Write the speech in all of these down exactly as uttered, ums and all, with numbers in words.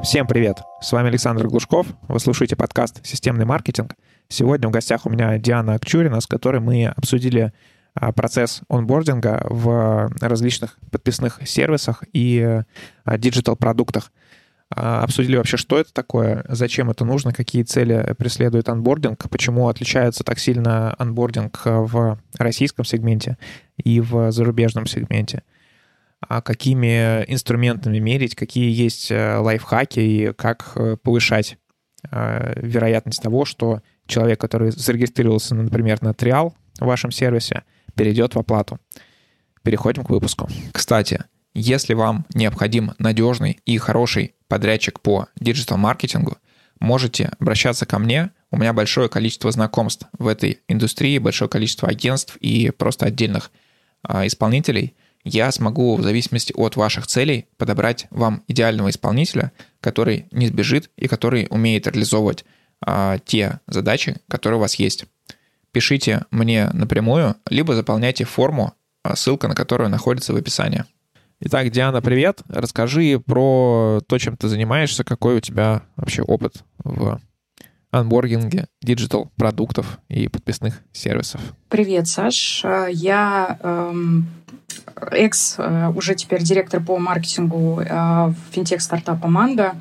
Всем привет! С вами Александр Глушков. Вы слушаете подкаст «Системный маркетинг». Сегодня в гостях у меня Диана Акчурина, с которой мы обсудили процесс онбординга в различных подписных сервисах и диджитал-продуктах. Обсудили вообще, что это такое, зачем это нужно, какие цели преследует онбординг, почему отличается так сильно онбординг в российском сегменте и в зарубежном сегменте, а какими инструментами мерить, какие есть лайфхаки и как повышать вероятность того, что человек, который зарегистрировался, например, на триал в вашем сервисе, перейдет в оплату. Переходим к выпуску. Кстати, если вам необходим надежный и хороший подрядчик по диджитал-маркетингу, можете обращаться ко мне. У меня большое количество знакомств в этой индустрии, большое количество агентств и просто отдельных а, исполнителей. Я смогу, в зависимости от ваших целей, подобрать вам идеального исполнителя, который не сбежит и который умеет реализовывать а, те задачи, которые у вас есть. Пишите мне напрямую, либо заполняйте форму, ссылка на которую находится в описании. Итак, Диана, привет. Расскажи про то, чем ты занимаешься, какой у тебя вообще опыт в онбординге диджитал-продуктов и подписных сервисов. Привет, Саш. Я эм, экс, уже теперь директор по маркетингу э, финтех-стартапа «Манго».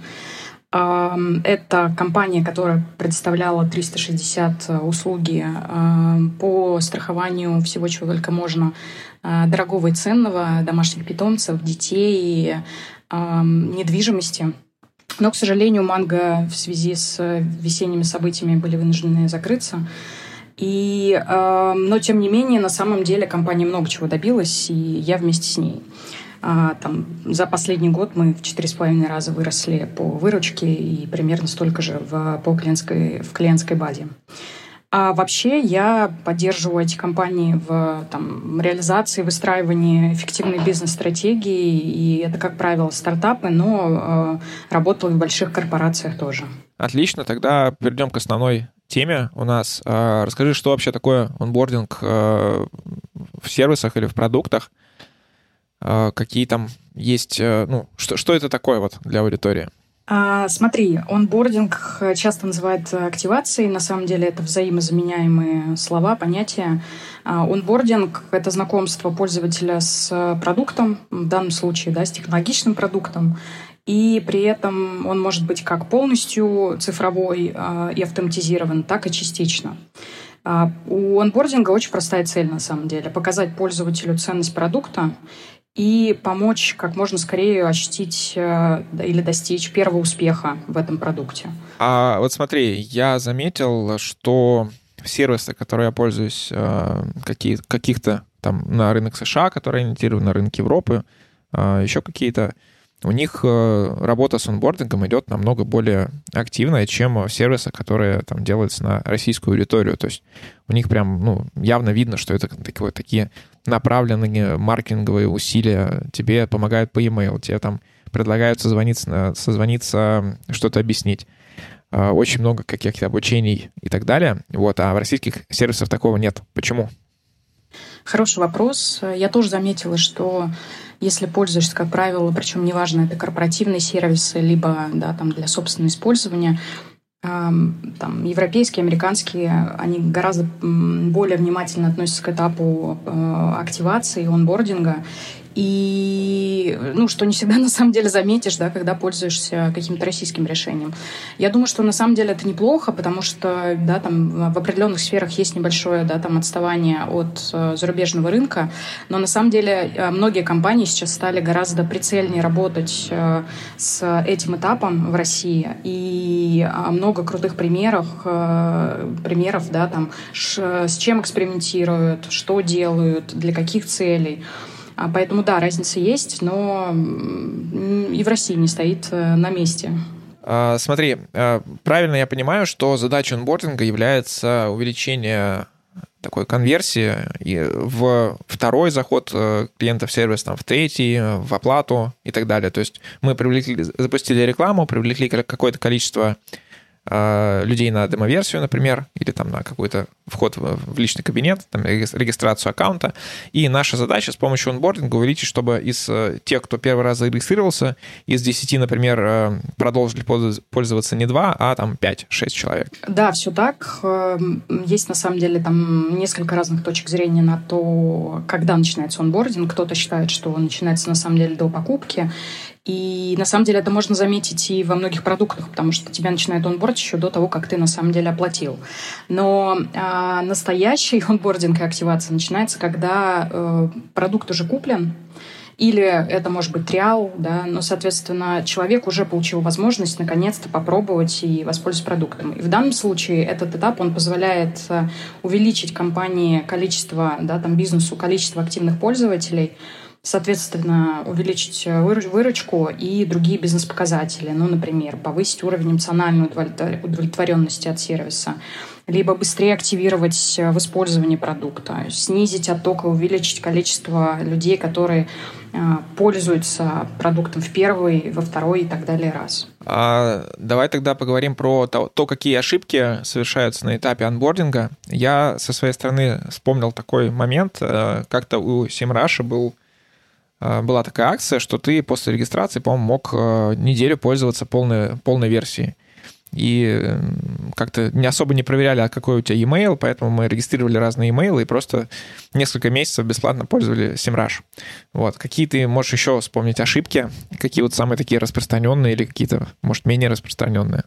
Э, это компания, которая предоставляла триста шестьдесят услуги э, по страхованию всего, чего только можно, э, дорогого и ценного, домашних питомцев, детей, э, недвижимости. Но, к сожалению, «Манго» в связи с весенними событиями были вынуждены закрыться. И, э, но, тем не менее, на самом деле компания много чего добилась, и я вместе с ней. А, там, за последний год мы в четыре с половиной раза выросли по выручке и примерно столько же в, по клиентской, в клиентской базе. А вообще я поддерживаю эти компании в там, реализации, выстраивании эффективной бизнес-стратегии. И это, как правило, стартапы, но э, работала в больших корпорациях тоже. Отлично, тогда перейдем к основной теме у нас. Э, расскажи, что вообще такое онбординг э, в сервисах или в продуктах? Э, какие там есть... Э, ну, что, что это такое вот для аудитории? А, смотри, онбординг часто называют активацией. На самом деле это взаимозаменяемые слова, понятия. А, онбординг — это знакомство пользователя с продуктом, в данном случае, да, с технологичным продуктом. И при этом он может быть как полностью цифровой а, и автоматизирован, так и частично. А, у онбординга очень простая цель, на самом деле. Показать пользователю ценность продукта и помочь как можно скорее ощутить э, или достичь первого успеха в этом продукте. А вот смотри, я заметил, что сервисы, которые я пользуюсь, э, какие, каких-то там на рынок США, которые ориентированы на рынок Европы, э, еще какие-то, у них э, работа с онбордингом идет намного более активная, чем сервисы, которые там делаются на российскую аудиторию. То есть у них прям ну, явно видно, что это такие, такие направленные маркетинговые усилия. Тебе помогают по e-mail, тебе там предлагают созвониться, созвониться, что-то объяснить. Очень много каких-то обучений и так далее. Вот, а в российских сервисах такого нет. Почему? Хороший вопрос. Я тоже заметила, что если пользуешься, как правило, причем неважно, это корпоративные сервисы, либо да, там для собственного использования, там, европейские, американские, они гораздо более внимательно относятся к этапу активации, онбординга. И, ну, что не всегда на самом деле заметишь, да, когда пользуешься каким-то российским решением. Я думаю, что на самом деле это неплохо, потому что, да, там в определенных сферах есть небольшое, да, там отставание от э, зарубежного рынка, но на самом деле э, многие компании сейчас стали гораздо прицельнее работать э, с этим этапом в России, и э, много крутых примеров, э, примеров, да, там, ш, с чем экспериментируют, что делают, для каких целей. Поэтому, да, разница есть, но и в России не стоит на месте. Смотри, правильно я понимаю, что задача онбординга является увеличение такой конверсии в второй заход клиента в сервис, там, в третий, в оплату и так далее. То есть мы привлекли, запустили рекламу, привлекли какое-то количество людей на демо-версию, например, или там на какую-то вход в личный кабинет, там, регистрацию аккаунта. И наша задача с помощью онбординга увеличить, чтобы из тех, кто первый раз зарегистрировался, из десяти, например, продолжили пользоваться не два, а там пять-шесть человек. Да, все так. Есть на самом деле там несколько разных точек зрения на то, когда начинается онбординг. Кто-то считает, что он начинается на самом деле до покупки. И на самом деле это можно заметить и во многих продуктах, потому что тебя начинает онбордить еще до того, как ты на самом деле оплатил. Но а, настоящий онбординг и активация начинается, когда э, продукт уже куплен, или это может быть триал, да, но, соответственно, человек уже получил возможность наконец-то попробовать и воспользоваться продуктом. И в данном случае этот этап, он позволяет увеличить компании количество, да, там, бизнесу, количество активных пользователей, соответственно, увеличить выручку и другие бизнес-показатели. Ну, например, повысить уровень эмоциональной удовлетворенности от сервиса, либо быстрее активировать в использовании продукта, снизить отток и увеличить количество людей, которые пользуются продуктом в первый, во второй и так далее раз. А давай тогда поговорим про то, то, какие ошибки совершаются на этапе онбординга. Я со своей стороны вспомнил такой момент. Как-то у Semrush был была такая акция, что ты после регистрации, по-моему, мог неделю пользоваться полной, полной версией. И как-то не особо не проверяли, а какой у тебя e-mail, поэтому мы регистрировали разные e-mail и просто несколько месяцев бесплатно пользовали Semrush. Вот. Какие ты можешь еще вспомнить ошибки? Какие вот самые такие распространенные или какие-то, может, менее распространенные?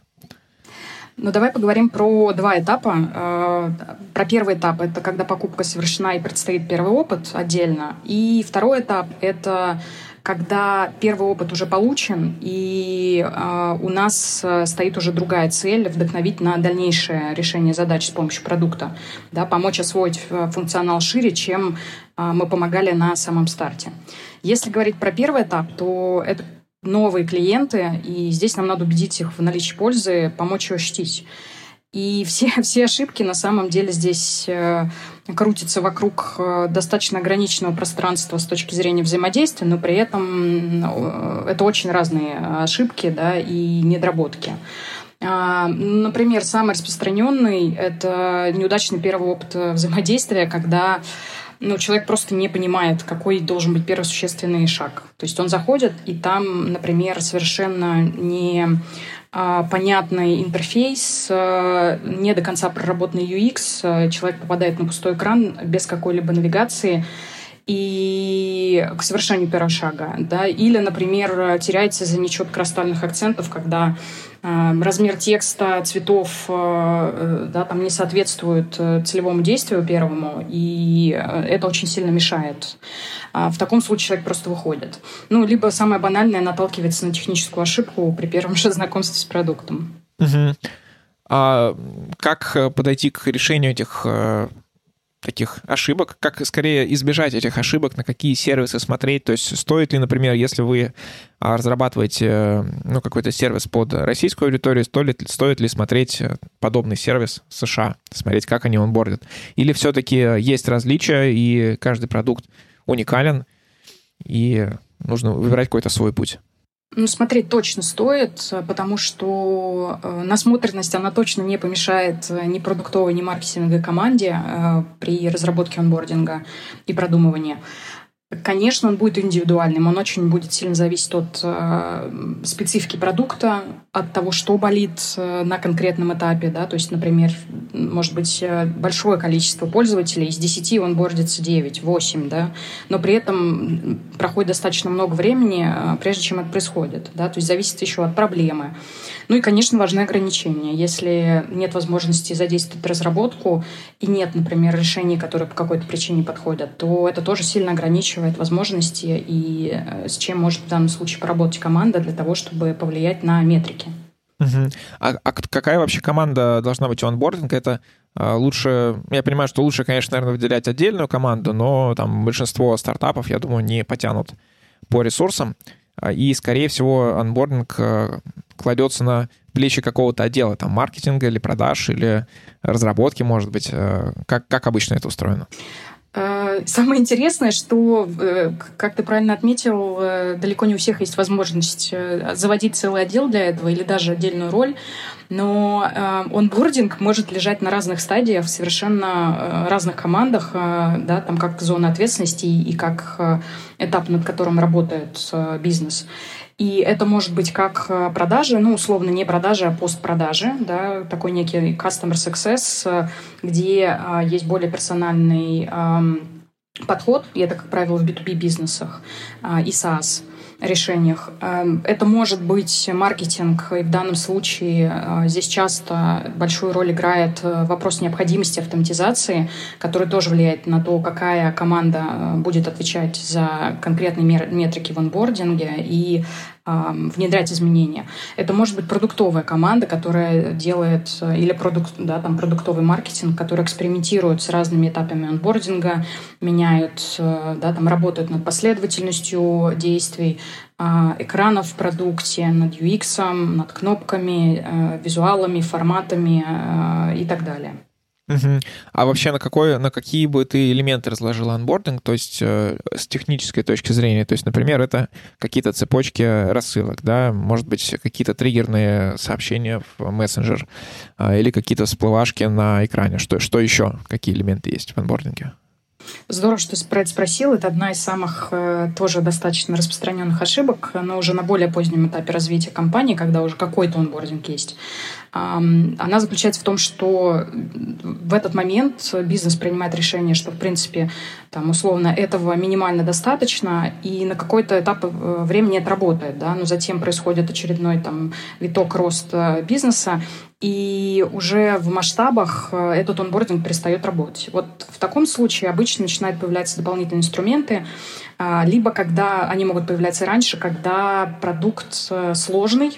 Ну, давай поговорим про два этапа. Про первый этап — это когда покупка совершена и предстоит первый опыт отдельно. И второй этап — это когда первый опыт уже получен, и у нас стоит уже другая цель — вдохновить на дальнейшее решение задач с помощью продукта, да, помочь освоить функционал шире, чем мы помогали на самом старте. Если говорить про первый этап, то это новые клиенты, и здесь нам надо убедить их в наличии пользы, помочь ее ощутить. И все, все ошибки на самом деле здесь э, крутятся вокруг э, достаточно ограниченного пространства с точки зрения взаимодействия, но при этом э, это очень разные ошибки, да, и недоработки. Э, например, самый распространенный — это неудачный первый опыт взаимодействия, когда ну, человек просто не понимает, какой должен быть первый существенный шаг. То есть он заходит, и там, например, совершенно не а, понятный интерфейс, а, не до конца проработанный ю экс, а, человек попадает на пустой экран без какой-либо навигации и к совершению первого шага. Да? Или, например, теряется из-за нечетко расставленных акцентов, когда размер текста, цветов, да, там не соответствует целевому действию первому, и это очень сильно мешает. В таком случае человек просто выходит. Ну, либо самое банальное — наталкивается на техническую ошибку при первом же знакомстве с продуктом. Угу. А как подойти к решению этих таких ошибок, как скорее избежать этих ошибок, на какие сервисы смотреть? То есть стоит ли, например, если вы разрабатываете ну, какой-то сервис под российскую аудиторию, стоит, стоит ли смотреть подобный сервис в США, смотреть, как они онбордят? Или все-таки есть различия, и каждый продукт уникален, и нужно выбирать какой-то свой путь? Ну, смотреть точно стоит, потому что насмотренность, она точно не помешает ни продуктовой, ни маркетинговой команде при разработке онбординга и продумывании. Конечно, он будет индивидуальным, он очень будет сильно зависеть от э, специфики продукта, от того, что болит э, на конкретном этапе. Да? То есть, например, может быть большое количество пользователей, из десяти онбордится девять, восемь, да? Но при этом проходит достаточно много времени, э, прежде чем это происходит. Да? То есть зависит еще от проблемы. Ну и, конечно, важны ограничения. Если нет возможности задействовать разработку и нет, например, решений, которые по какой-то причине подходят, то это тоже сильно ограничивает возможности и с чем может в данном случае поработать команда для того, чтобы повлиять на метрики. Угу. А, а какая вообще команда должна быть у онбординга? Это а, лучше, я понимаю, что лучше, конечно, наверное, выделять отдельную команду, но там большинство стартапов, я думаю, не потянут по ресурсам, и, скорее всего, онбординг кладется на плечи какого-то отдела, там, маркетинга или продаж, или разработки, может быть. Как, как обычно это устроено? Самое интересное, что, как ты правильно отметил, далеко не у всех есть возможность заводить целый отдел для этого или даже отдельную роль. Но э, онбординг может лежать на разных стадиях, в совершенно э, разных командах, э, да, там как зона ответственности и как э, этап, над которым работает э, бизнес. И это может быть как продажи, ну, условно, не продажи, а постпродажи, да, такой некий customer success, где а, есть более персональный а, подход, и это, как правило, в би ту би бизнесах а, и SaaS решениях. Это может быть маркетинг, и в данном случае здесь часто большую роль играет вопрос необходимости автоматизации, который тоже влияет на то, какая команда будет отвечать за конкретные метрики в онбординге и внедрять изменения. Это может быть продуктовая команда, которая делает, или продукт, да, там, продуктовый маркетинг, который экспериментирует с разными этапами онбординга, меняют, да, там, работают над последовательностью действий, экранов в продукте, над ю экс, над кнопками, визуалами, форматами и так далее. Угу. А вообще на, какой, на какие бы ты элементы разложила онбординг, то есть э, с технической точки зрения? То есть, например, это какие-то цепочки рассылок, да, может быть, какие-то триггерные сообщения в мессенджер э, или какие-то всплывашки на экране. Что, что еще? Какие элементы есть в онбординге? Здорово, что ты про это спросил. Это одна из самых э, тоже достаточно распространенных ошибок, но уже на более позднем этапе развития компании, когда уже какой-то онбординг есть. Она заключается в том, что в этот момент бизнес принимает решение, что, в принципе, там, условно, этого минимально достаточно, и на какой-то этап времени это работает, да, но затем происходит очередной там, виток роста бизнеса, и уже в масштабах этот онбординг перестает работать. Вот в таком случае обычно начинают появляться дополнительные инструменты, либо когда они могут появляться раньше, когда продукт сложный,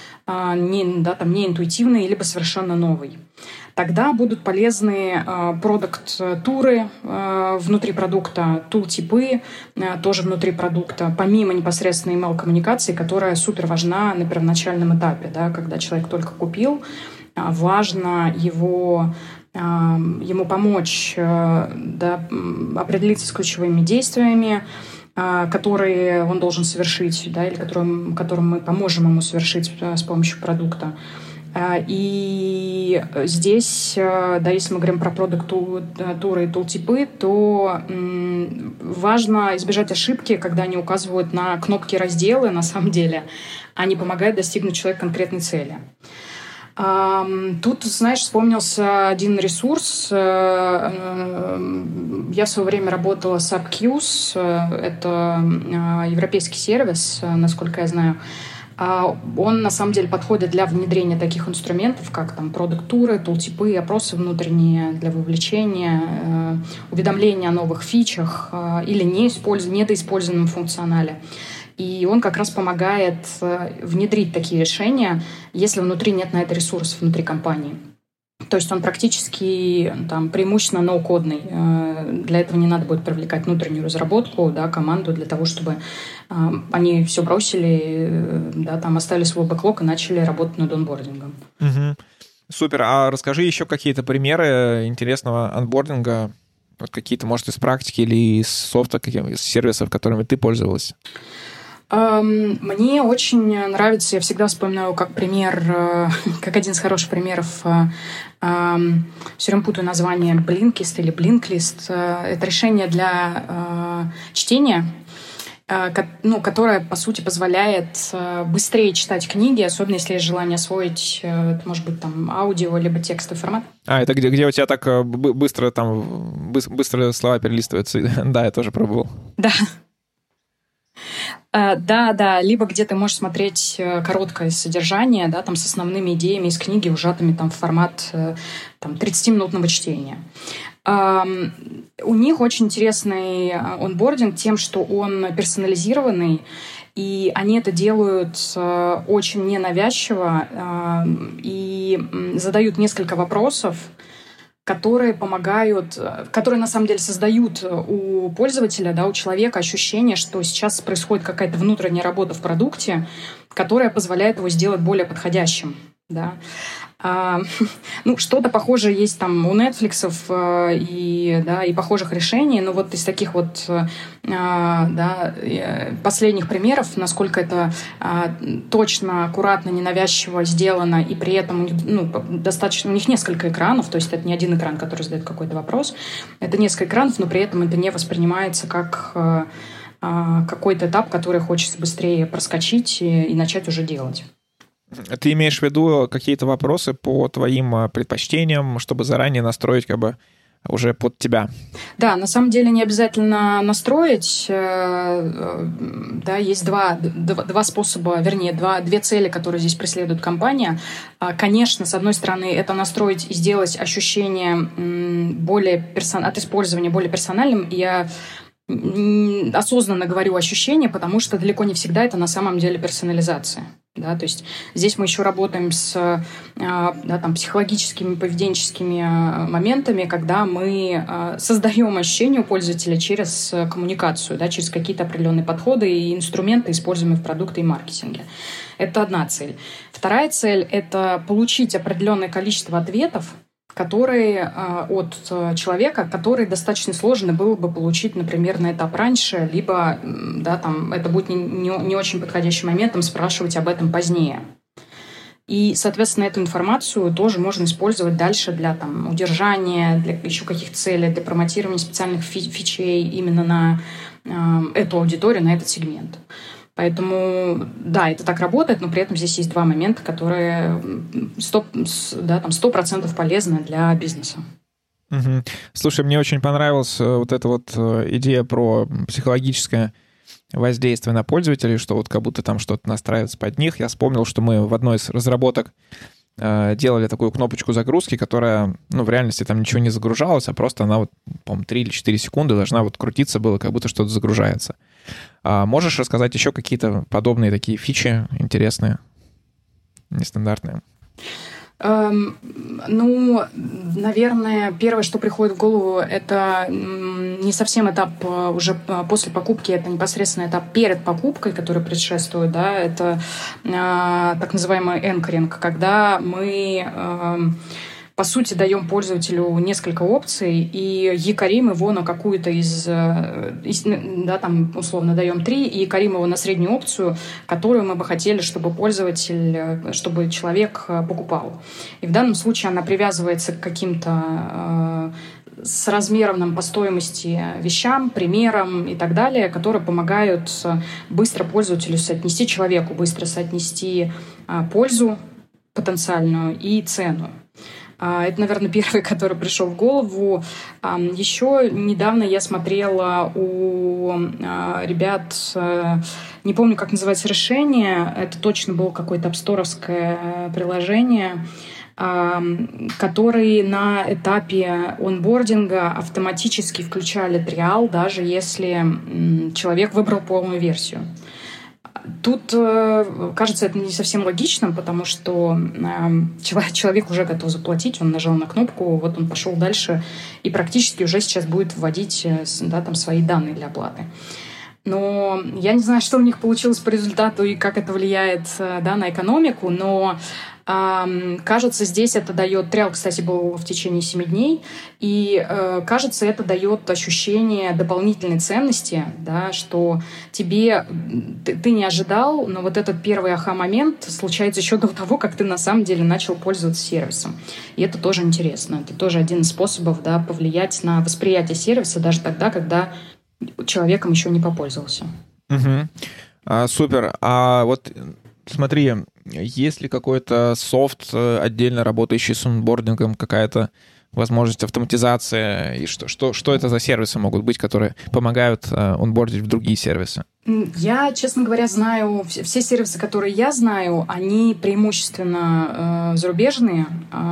не, да, там, не интуитивный, либо совершенно новый. Тогда будут полезны э, продукт-туры э, внутри продукта, тул-типы э, тоже внутри продукта, помимо непосредственной email-коммуникации, которая супер важна на первоначальном этапе, да, когда человек только купил, э, важно его, э, ему помочь э, да, определиться с ключевыми действиями, которые он должен совершить, да, или которым, которым мы поможем ему совершить с помощью продукта. И здесь, да, если мы говорим про продукт-туры и тултипы, то важно избежать ошибки, когда они указывают на кнопки разделы, на самом деле, а не помогают достигнуть человеку конкретной цели. Тут, знаешь, вспомнился один ресурс. Я в свое время работала с AppQs. Это европейский сервис, насколько я знаю. Он, на самом деле, подходит для внедрения таких инструментов, как там продукт-туры, тултипы, опросы внутренние для вовлечения, уведомления о новых фичах или недоиспользованном функционале. И он как раз помогает внедрить такие решения, если внутри нет на это ресурсов внутри компании. То есть он практически там, преимущественно ноу-кодный. Для этого не надо будет привлекать внутреннюю разработку, да, команду для того, чтобы они все бросили, да, там, оставили свой бэклог и начали работать над онбордингом. Угу. Супер. А расскажи еще какие-то примеры интересного онбординга, вот какие-то, может, из практики или из софта, из сервисов, которыми ты пользовалась. Мне очень нравится, я всегда вспоминаю как пример, как один из хороших примеров, все время путаю название Blinkist или Blinkist. Это решение для чтения, ну, которое, по сути, позволяет быстрее читать книги, особенно если есть желание освоить, это может быть там аудио, либо текстовый формат. А, это где, где у тебя так быстро, там, быстро слова перелистываются? Да, я тоже пробовал. Да. Да, да, либо где ты можешь смотреть короткое содержание, да, там с основными идеями из книги, ужатыми там в формат там, тридцатиминутного чтения. У них очень интересный онбординг тем, что он персонализированный, и они это делают очень ненавязчиво и задают несколько вопросов, которые помогают, которые на самом деле создают у пользователя, да, у человека ощущение, что сейчас происходит какая-то внутренняя работа в продукте, которая позволяет его сделать более подходящим. Да. А, ну, что-то похожее есть там у Netflix и, да, и похожих решений, но вот из таких вот а, да, последних примеров, насколько это а, точно, аккуратно, ненавязчиво сделано, и при этом ну, достаточно, у них несколько экранов, то есть это не один экран, который задает какой-то вопрос, это несколько экранов, но при этом это не воспринимается как а, какой-то этап, который хочется быстрее проскочить и, и начать уже делать. Ты имеешь в виду какие-то вопросы по твоим предпочтениям, чтобы заранее настроить как бы уже под тебя? Да, на самом деле не обязательно настроить. Да, есть два, два, два способа, вернее, два, две цели, которые здесь преследует компания. Конечно, с одной стороны, это настроить и сделать ощущение более персон... от использования более персональным. Я осознанно говорю ощущение, потому что далеко не всегда это на самом деле персонализация. Да, то есть здесь мы еще работаем с да, там, психологическими, поведенческими моментами, когда мы создаем ощущение у пользователя через коммуникацию, да, через какие-то определенные подходы и инструменты, используемые в продукте и маркетинге. Это одна цель. Вторая цель — это получить определенное количество ответов, которые от человека, который достаточно сложно было бы получить, например, на этап раньше, либо да, там, это будет не, не, не очень подходящим моментом спрашивать об этом позднее. И, соответственно, эту информацию тоже можно использовать дальше для там, удержания, для еще каких-то целей, для промотирования специальных фи- фичей именно на э, эту аудиторию, на этот сегмент. Поэтому, да, это так работает, но при этом здесь есть два момента, которые сто процентов полезны для бизнеса. Угу. Слушай, мне очень понравилась вот эта вот идея про психологическое воздействие на пользователей, что вот как будто там что-то настраивается под них. Я вспомнил, что мы в одной из разработок делали такую кнопочку загрузки, которая, ну, в реальности там ничего не загружалась, а просто она вот, по-моему, три или четыре секунды должна вот крутиться было, как будто что-то загружается. А можешь рассказать еще какие-то подобные такие фичи интересные, нестандартные? Эм, ну, наверное, первое, что приходит в голову, это не совсем этап уже после покупки, это непосредственно этап перед покупкой, который предшествует, да, это э, так называемый энкоринг, когда мы... Э, по сути, даем пользователю несколько опций и якорим его на какую-то из, из да, там, условно, даем три, и якорим его на среднюю опцию, которую мы бы хотели, чтобы пользователь, чтобы человек покупал. И в данном случае она привязывается к каким-то э, с размером по стоимости вещам, примерам и так далее, которые помогают быстро пользователю соотнести, человеку быстро соотнести э, пользу потенциальную и цену. Это, наверное, первый, который пришел в голову. Еще недавно я смотрела у ребят, не помню, как называется решение, это точно было какое-то апсторовское приложение, которые на этапе онбординга автоматически включали триал, даже если человек выбрал полную версию. Тут, кажется, это не совсем логичным, потому что человек уже готов заплатить, он нажал на кнопку, вот он пошел дальше и практически уже сейчас будет вводить, да, там, свои данные для оплаты. Но я не знаю, что у них получилось по результату и как это влияет, да, на экономику, но э, кажется, здесь это дает... Триал, кстати, был в течение семи дней, и э, кажется, это дает ощущение дополнительной ценности, да, что тебе... Ты, ты не ожидал, но вот этот первый аха-момент случается еще до того, как ты на самом деле начал пользоваться сервисом. И это тоже интересно. Это тоже один из способов, да, повлиять на восприятие сервиса даже тогда, когда человеком еще не попользовался. Угу. А, супер. А вот смотри, есть ли какой-то софт, отдельно работающий с онбордингом, какая-то возможность автоматизации? И что, что, что это за сервисы могут быть, которые помогают онбордить в другие сервисы? Я, честно говоря, знаю... Все сервисы, которые я знаю, они преимущественно э, зарубежные.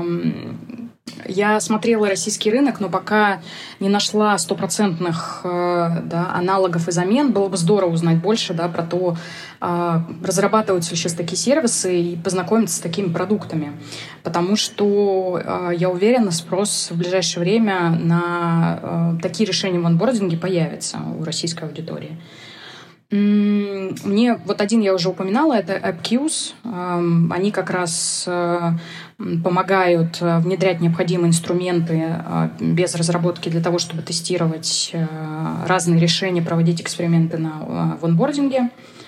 Я смотрела российский рынок, но пока не нашла стопроцентных э, да, аналогов и замен. Было бы здорово узнать больше, да, про то, э, разрабатываются ли сейчас такие сервисы и познакомиться с такими продуктами. Потому что, э, я уверена, спрос в ближайшее время на э, такие решения в онбординге появится у российской аудитории. Мне вот один я уже упоминала, это AppQs. Они как раз помогают внедрять необходимые инструменты без разработки для того, чтобы тестировать разные решения, проводить эксперименты на, в онбординге.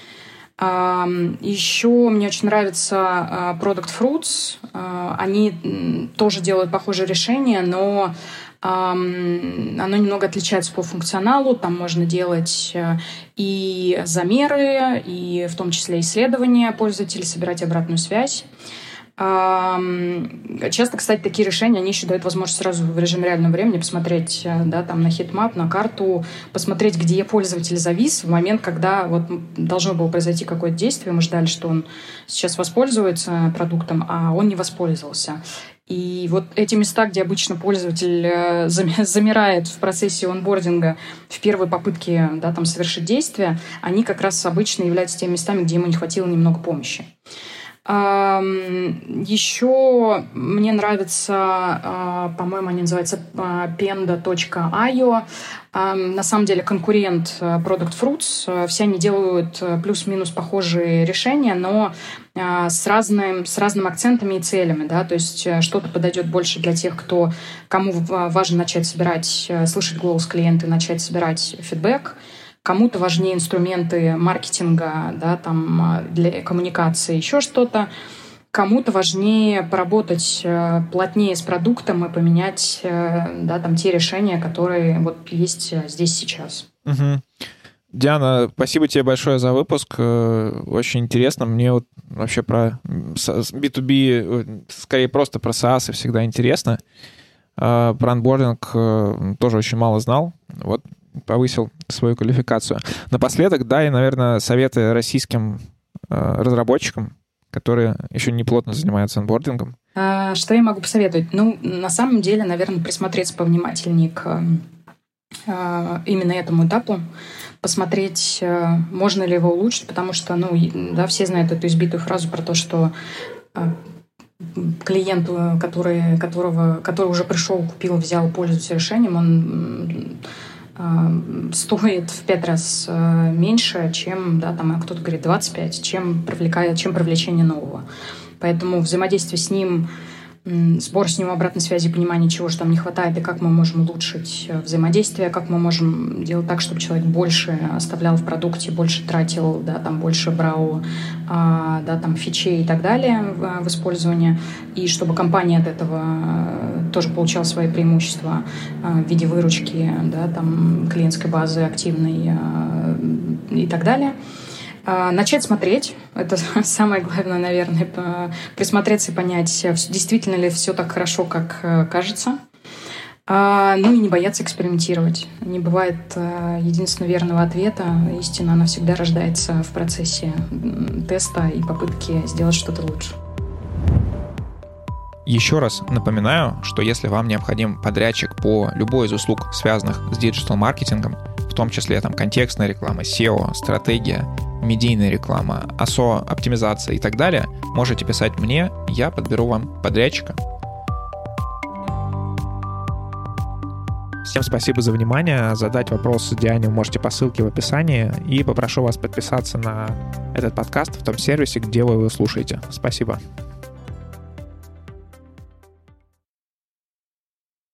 Еще мне очень нравится Product Fruits. Они тоже делают похожие решения, но оно немного отличается по функционалу. Там можно делать и замеры, и в том числе исследования пользователей, собирать обратную связь. Часто, кстати, такие решения, они еще дают возможность сразу в режиме реального времени посмотреть, да, там, на хитмап, на карту, посмотреть, где пользователь завис в момент, когда вот должно было произойти какое-то действие, мы ждали, что он сейчас воспользуется продуктом, а он не воспользовался. И вот эти места, где обычно пользователь замирает в процессе онбординга в первой попытке, да, там, совершить действие, они как раз обычно являются теми местами, где ему не хватило немного помощи. Еще мне нравится, по-моему, они называются пенда точка ай о. На самом деле конкурент Product Fruits. Все они делают плюс-минус похожие решения, но с разным, с разными акцентами и целями. Да? То есть что-то подойдет больше для тех, кто, кому важно начать собирать, слышать голос клиента и начать собирать фидбэк. Кому-то важнее инструменты маркетинга, да, там, для коммуникации, еще что-то. Кому-то важнее поработать плотнее с продуктом и поменять, да, там, те решения, которые вот есть здесь сейчас. Угу. Диана, спасибо тебе большое за выпуск. Очень интересно. Мне вот вообще про би ту би, скорее просто про SaaS всегда интересно. Про онбординг тоже очень мало знал. Вот повысил свою квалификацию. Напоследок, дай, наверное, советы российским э, разработчикам, которые еще не плотно занимаются онбордингом. А, что я могу посоветовать? Ну, на самом деле, наверное, присмотреться повнимательнее к э, именно этому этапу, посмотреть, э, можно ли его улучшить, потому что, ну, да, все знают эту избитую фразу про то, что э, клиент, который, которого, который уже пришел, купил, взял, пользуется решением, он стоит в пять раз меньше, чем, да, там кто-то говорит двадцать пять, чем привлекает, чем привлечение нового. Поэтому взаимодействие с ним, сбор с ним обратной связи, понимание, чего же там не хватает и как мы можем улучшить взаимодействие, как мы можем делать так, чтобы человек больше оставлял в продукте, больше тратил, да, там больше брал, а, да, там фичей и так далее в, в использовании, и чтобы компания от этого тоже получала свои преимущества а, в виде выручки, да, там клиентской базы активной а, и так далее. Начать смотреть, это самое главное, наверное, присмотреться и понять, действительно ли все так хорошо, как кажется. Ну и не бояться экспериментировать. Не бывает единственно верного ответа. Истина, она всегда рождается в процессе теста и попытки сделать что-то лучше. Еще раз напоминаю, что если вам необходим подрядчик по любой из услуг, связанных с диджитал-маркетингом, в том числе там контекстная реклама, сео, стратегия, медийная реклама, эй эс о, оптимизация и так далее, можете писать мне, я подберу вам подрядчика. Всем спасибо за внимание. Задать вопрос Диане вы можете по ссылке в описании. И попрошу вас подписаться на этот подкаст в том сервисе, где вы его слушаете. Спасибо.